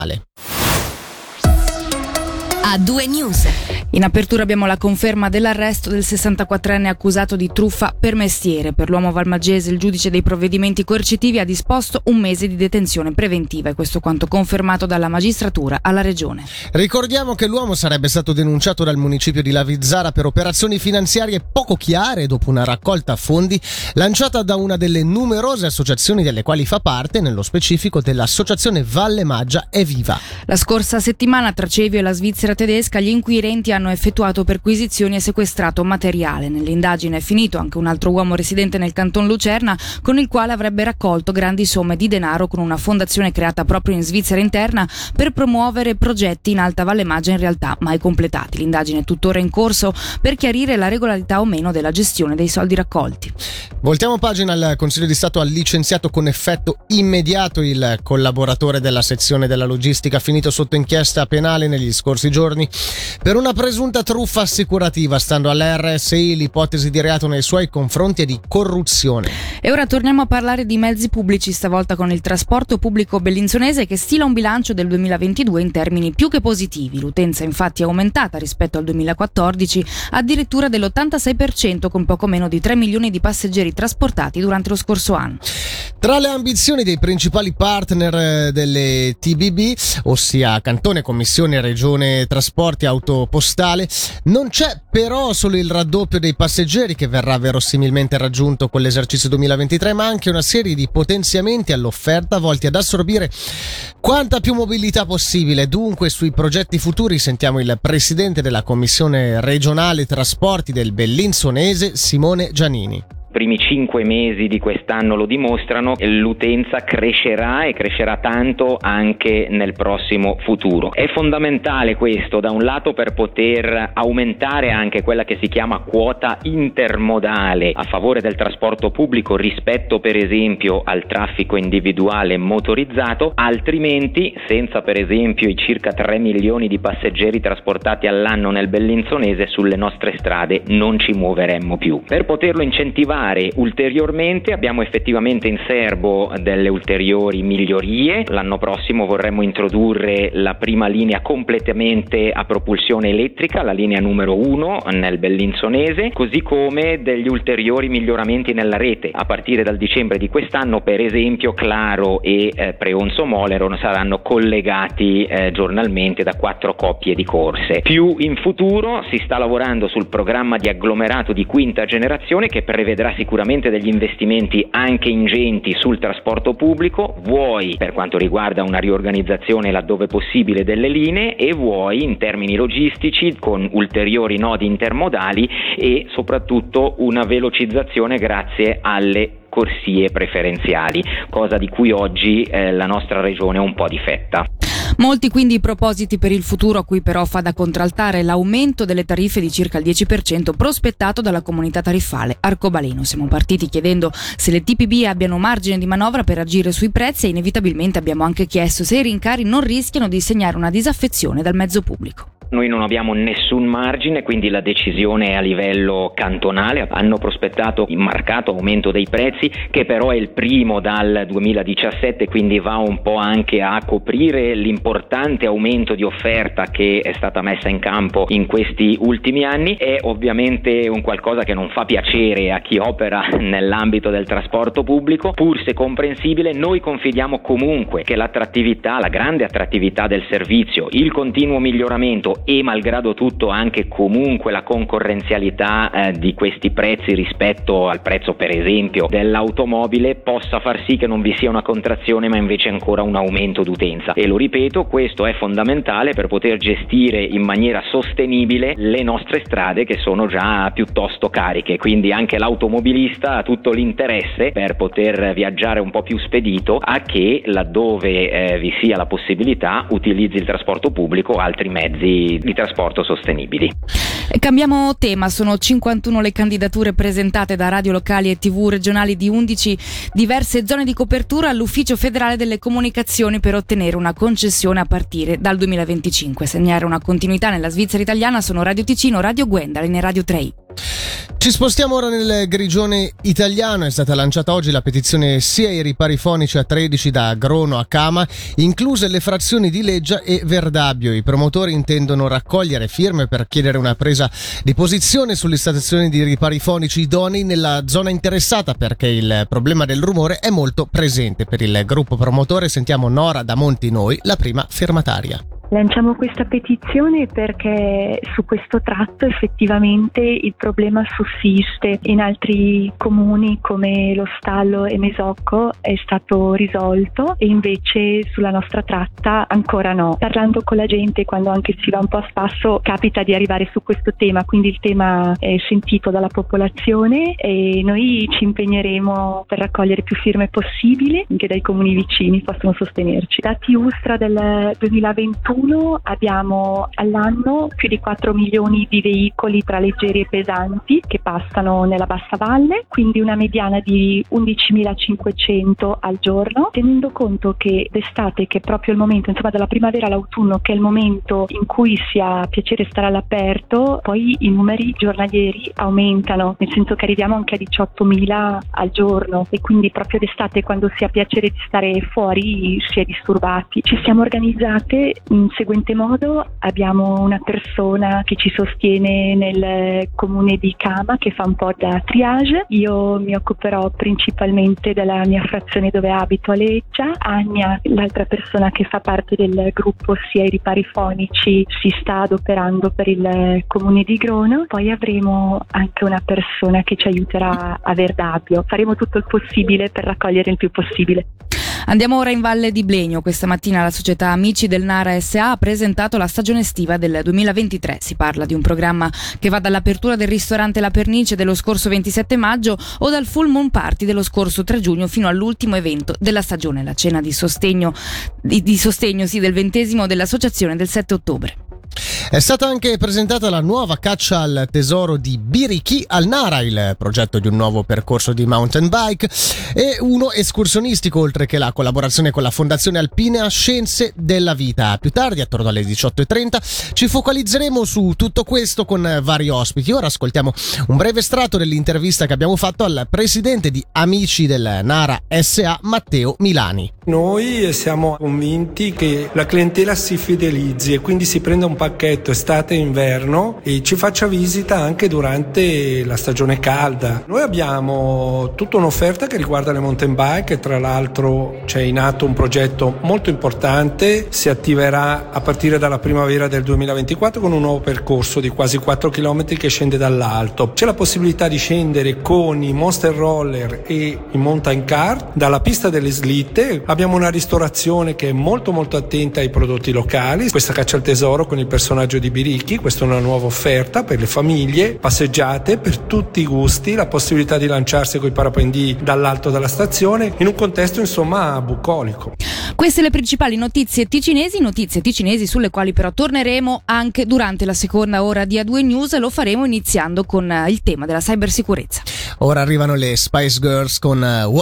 A2 News. In apertura abbiamo la conferma dell'arresto del 64enne accusato di truffa per mestiere. Per l'uomo valmaggese il giudice dei provvedimenti coercitivi ha disposto 1 mese di detenzione preventiva, e questo quanto confermato dalla magistratura alla regione. Ricordiamo che l'uomo sarebbe stato denunciato dal municipio di Lavizzara per operazioni finanziarie poco chiare dopo una raccolta fondi lanciata da una delle numerose associazioni delle quali fa parte, nello specifico dell'associazione Valle Maggia e Viva. La scorsa settimana tra Cevio e la Svizzera tedesca gli inquirenti hanno effettuato perquisizioni e sequestrato materiale. Nell'indagine è finito anche un altro uomo residente nel canton Lucerna, con il quale avrebbe raccolto grandi somme di denaro con una fondazione creata proprio in Svizzera interna per promuovere progetti in Alta Valle Maggia, in realtà mai completati. L'indagine è tuttora in corso per chiarire la regolarità o meno della gestione dei soldi raccolti. Voltiamo pagina. Il Consiglio di Stato ha licenziato con effetto immediato il collaboratore della sezione della logistica finito sotto inchiesta penale negli scorsi giorni per una presunta truffa assicurativa. Stando all'RSI, l'ipotesi di reato nei suoi confronti è di corruzione. E ora torniamo a parlare di mezzi pubblici, stavolta con il trasporto pubblico bellinzonese che stila un bilancio del 2022 in termini più che positivi. L'utenza infatti è aumentata rispetto al 2014 addirittura dell'86%, con poco meno di 3 milioni di passeggeri trasportati durante lo scorso anno. Tra le ambizioni dei principali partner delle TBB, ossia Cantone, Commissione, Regione Trasporti, Autopostale, non c'è però solo il raddoppio dei passeggeri, che verrà verosimilmente raggiunto con l'esercizio 2023, ma anche una serie di potenziamenti all'offerta volti ad assorbire quanta più mobilità possibile. Dunque, sui progetti futuri sentiamo il presidente della Commissione Regionale Trasporti del Bellinzonese, Simone Giannini. Primi 5 mesi di quest'anno lo dimostrano, e l'utenza crescerà e crescerà tanto anche nel prossimo futuro. È fondamentale questo, da un lato, per poter aumentare anche quella che si chiama quota intermodale a favore del trasporto pubblico rispetto per esempio al traffico individuale motorizzato, altrimenti senza per esempio i circa 3 milioni di passeggeri trasportati all'anno nel Bellinzonese sulle nostre strade non ci muoveremmo più. Per poterlo incentivare ulteriormente abbiamo effettivamente in serbo delle ulteriori migliorie. L'anno prossimo vorremmo introdurre la prima linea completamente a propulsione elettrica, la linea numero 1 nel Bellinzonese, così come degli ulteriori miglioramenti nella rete. A partire dal dicembre di quest'anno, per esempio, Claro e Preonzo-Moleron saranno collegati giornalmente da 4 coppie di corse. Più in futuro si sta lavorando sul programma di agglomerato di quinta generazione, che prevederà sicuramente degli investimenti anche ingenti sul trasporto pubblico, vuoi per quanto riguarda una riorganizzazione laddove possibile delle linee, e vuoi in termini logistici con ulteriori nodi intermodali e soprattutto una velocizzazione grazie alle corsie preferenziali, cosa di cui oggi la nostra regione è un po' difetta. Molti quindi i propositi per il futuro, a cui però fa da contraltare l'aumento delle tariffe di circa il 10% prospettato dalla comunità tariffale Arcobaleno. Siamo partiti chiedendo se le TPB abbiano margine di manovra per agire sui prezzi, e inevitabilmente abbiamo anche chiesto se i rincari non rischiano di segnare una disaffezione dal mezzo pubblico. Noi non abbiamo nessun margine, quindi la decisione è a livello cantonale. Hanno prospettato un marcato aumento dei prezzi, che però è il primo dal 2017, quindi va un po' anche a coprire l'importante aumento di offerta che è stata messa in campo in questi ultimi anni. È ovviamente un qualcosa che non fa piacere a chi opera nell'ambito del trasporto pubblico, pur se comprensibile. Noi confidiamo comunque che l'attrattività, la grande attrattività del servizio, il continuo miglioramento e malgrado tutto anche comunque la concorrenzialità di questi prezzi rispetto al prezzo per esempio dell'automobile possa far sì che non vi sia una contrazione, ma invece ancora un aumento d'utenza. E lo ripeto, questo è fondamentale per poter gestire in maniera sostenibile le nostre strade, che sono già piuttosto cariche, quindi anche l'automobilista ha tutto l'interesse, per poter viaggiare un po' più spedito, a che laddove vi sia la possibilità utilizzi il trasporto pubblico o altri mezzi di trasporto sostenibili. E cambiamo tema. Sono 51 le candidature presentate da radio locali e TV regionali di 11 diverse zone di copertura all'Ufficio Federale delle Comunicazioni per ottenere una concessione a partire dal 2025. Segnare una continuità nella Svizzera italiana sono Radio Ticino, Radio Gwendalin e Radio 3. Ci spostiamo ora nel Grigione italiano. È stata lanciata oggi la petizione Sia ai ripari fonici a 13 da Grono a Cama, incluse le frazioni di Leggia e Verdabbio. I promotori intendono raccogliere firme per chiedere una presa di posizione sull'installazione di ripari fonici idonei nella zona interessata, perché il problema del rumore è molto presente. Per il gruppo promotore sentiamo Nora da Montinoi, la prima firmataria. Lanciamo questa petizione perché su questo tratto effettivamente il problema sussiste. In altri comuni come Lo Stallo e Mesocco è stato risolto e invece sulla nostra tratta ancora no. Parlando con la gente, quando anche si va un po' a spasso, capita di arrivare su questo tema, quindi il tema è sentito dalla popolazione e noi ci impegneremo per raccogliere più firme possibili, anche dai comuni vicini possono sostenerci. Dati Ustra del 2021 abbiamo all'anno più di 4 milioni di veicoli tra leggeri e pesanti che passano nella bassa valle, quindi una mediana di 11.500 al giorno. Tenendo conto che d'estate, che è proprio il momento, insomma dalla primavera all'autunno, che è il momento in cui si ha piacere stare all'aperto, poi i numeri giornalieri aumentano, nel senso che arriviamo anche a 18.000 al giorno e quindi proprio d'estate, quando si ha piacere di stare fuori, si è disturbati. Ci siamo organizzate in seguente modo: abbiamo una persona che ci sostiene nel comune di Cama che fa un po' da triage, io mi occuperò principalmente della mia frazione dove abito a Leggia, Ania, l'altra persona che fa parte del gruppo Sia ai ripari fonici, si sta adoperando per il comune di Grono, poi avremo anche una persona che ci aiuterà a Verdabbio. Faremo tutto il possibile per raccogliere il più possibile. Andiamo ora in Valle di Blegno. Questa mattina la società Amici del Nara SA ha presentato la stagione estiva del 2023. Si parla di un programma che va dall'apertura del ristorante La Pernice dello scorso 27 maggio o dal Full Moon Party dello scorso 3 giugno fino all'ultimo evento della stagione, la cena di sostegno del 20° dell'associazione del 7 ottobre. È stata anche presentata la nuova caccia al tesoro di Birichi al Nara, il progetto di un nuovo percorso di mountain bike e uno escursionistico, oltre che la collaborazione con la Fondazione Alpina Scienze della Vita. Più tardi, attorno alle 18.30, ci focalizzeremo su tutto questo con vari ospiti. Ora ascoltiamo un breve estratto dell'intervista che abbiamo fatto al presidente di Amici del Nara SA, Matteo Milani. Noi siamo convinti che la clientela si fidelizzi e quindi si prenda un pacchetto estate e inverno e ci faccia visita anche durante la stagione calda. Noi abbiamo tutta un'offerta che riguarda le mountain bike e tra l'altro c'è in atto un progetto molto importante, si attiverà a partire dalla primavera del 2024 con un nuovo percorso di quasi 4 km che scende dall'alto. C'è la possibilità di scendere con i monster roller e i mountain car dalla pista delle slitte. Abbiamo una ristorazione che è molto attenta ai prodotti locali, questa caccia al tesoro con il personaggio di Birichi, questa è una nuova offerta per le famiglie, passeggiate per tutti i gusti, la possibilità di lanciarsi coi parapendi dall'alto della stazione in un contesto insomma bucolico. Queste le principali notizie ticinesi sulle quali però torneremo anche durante la seconda ora di A2 News. Lo faremo iniziando con il tema della cybersicurezza. Ora arrivano le Spice Girls con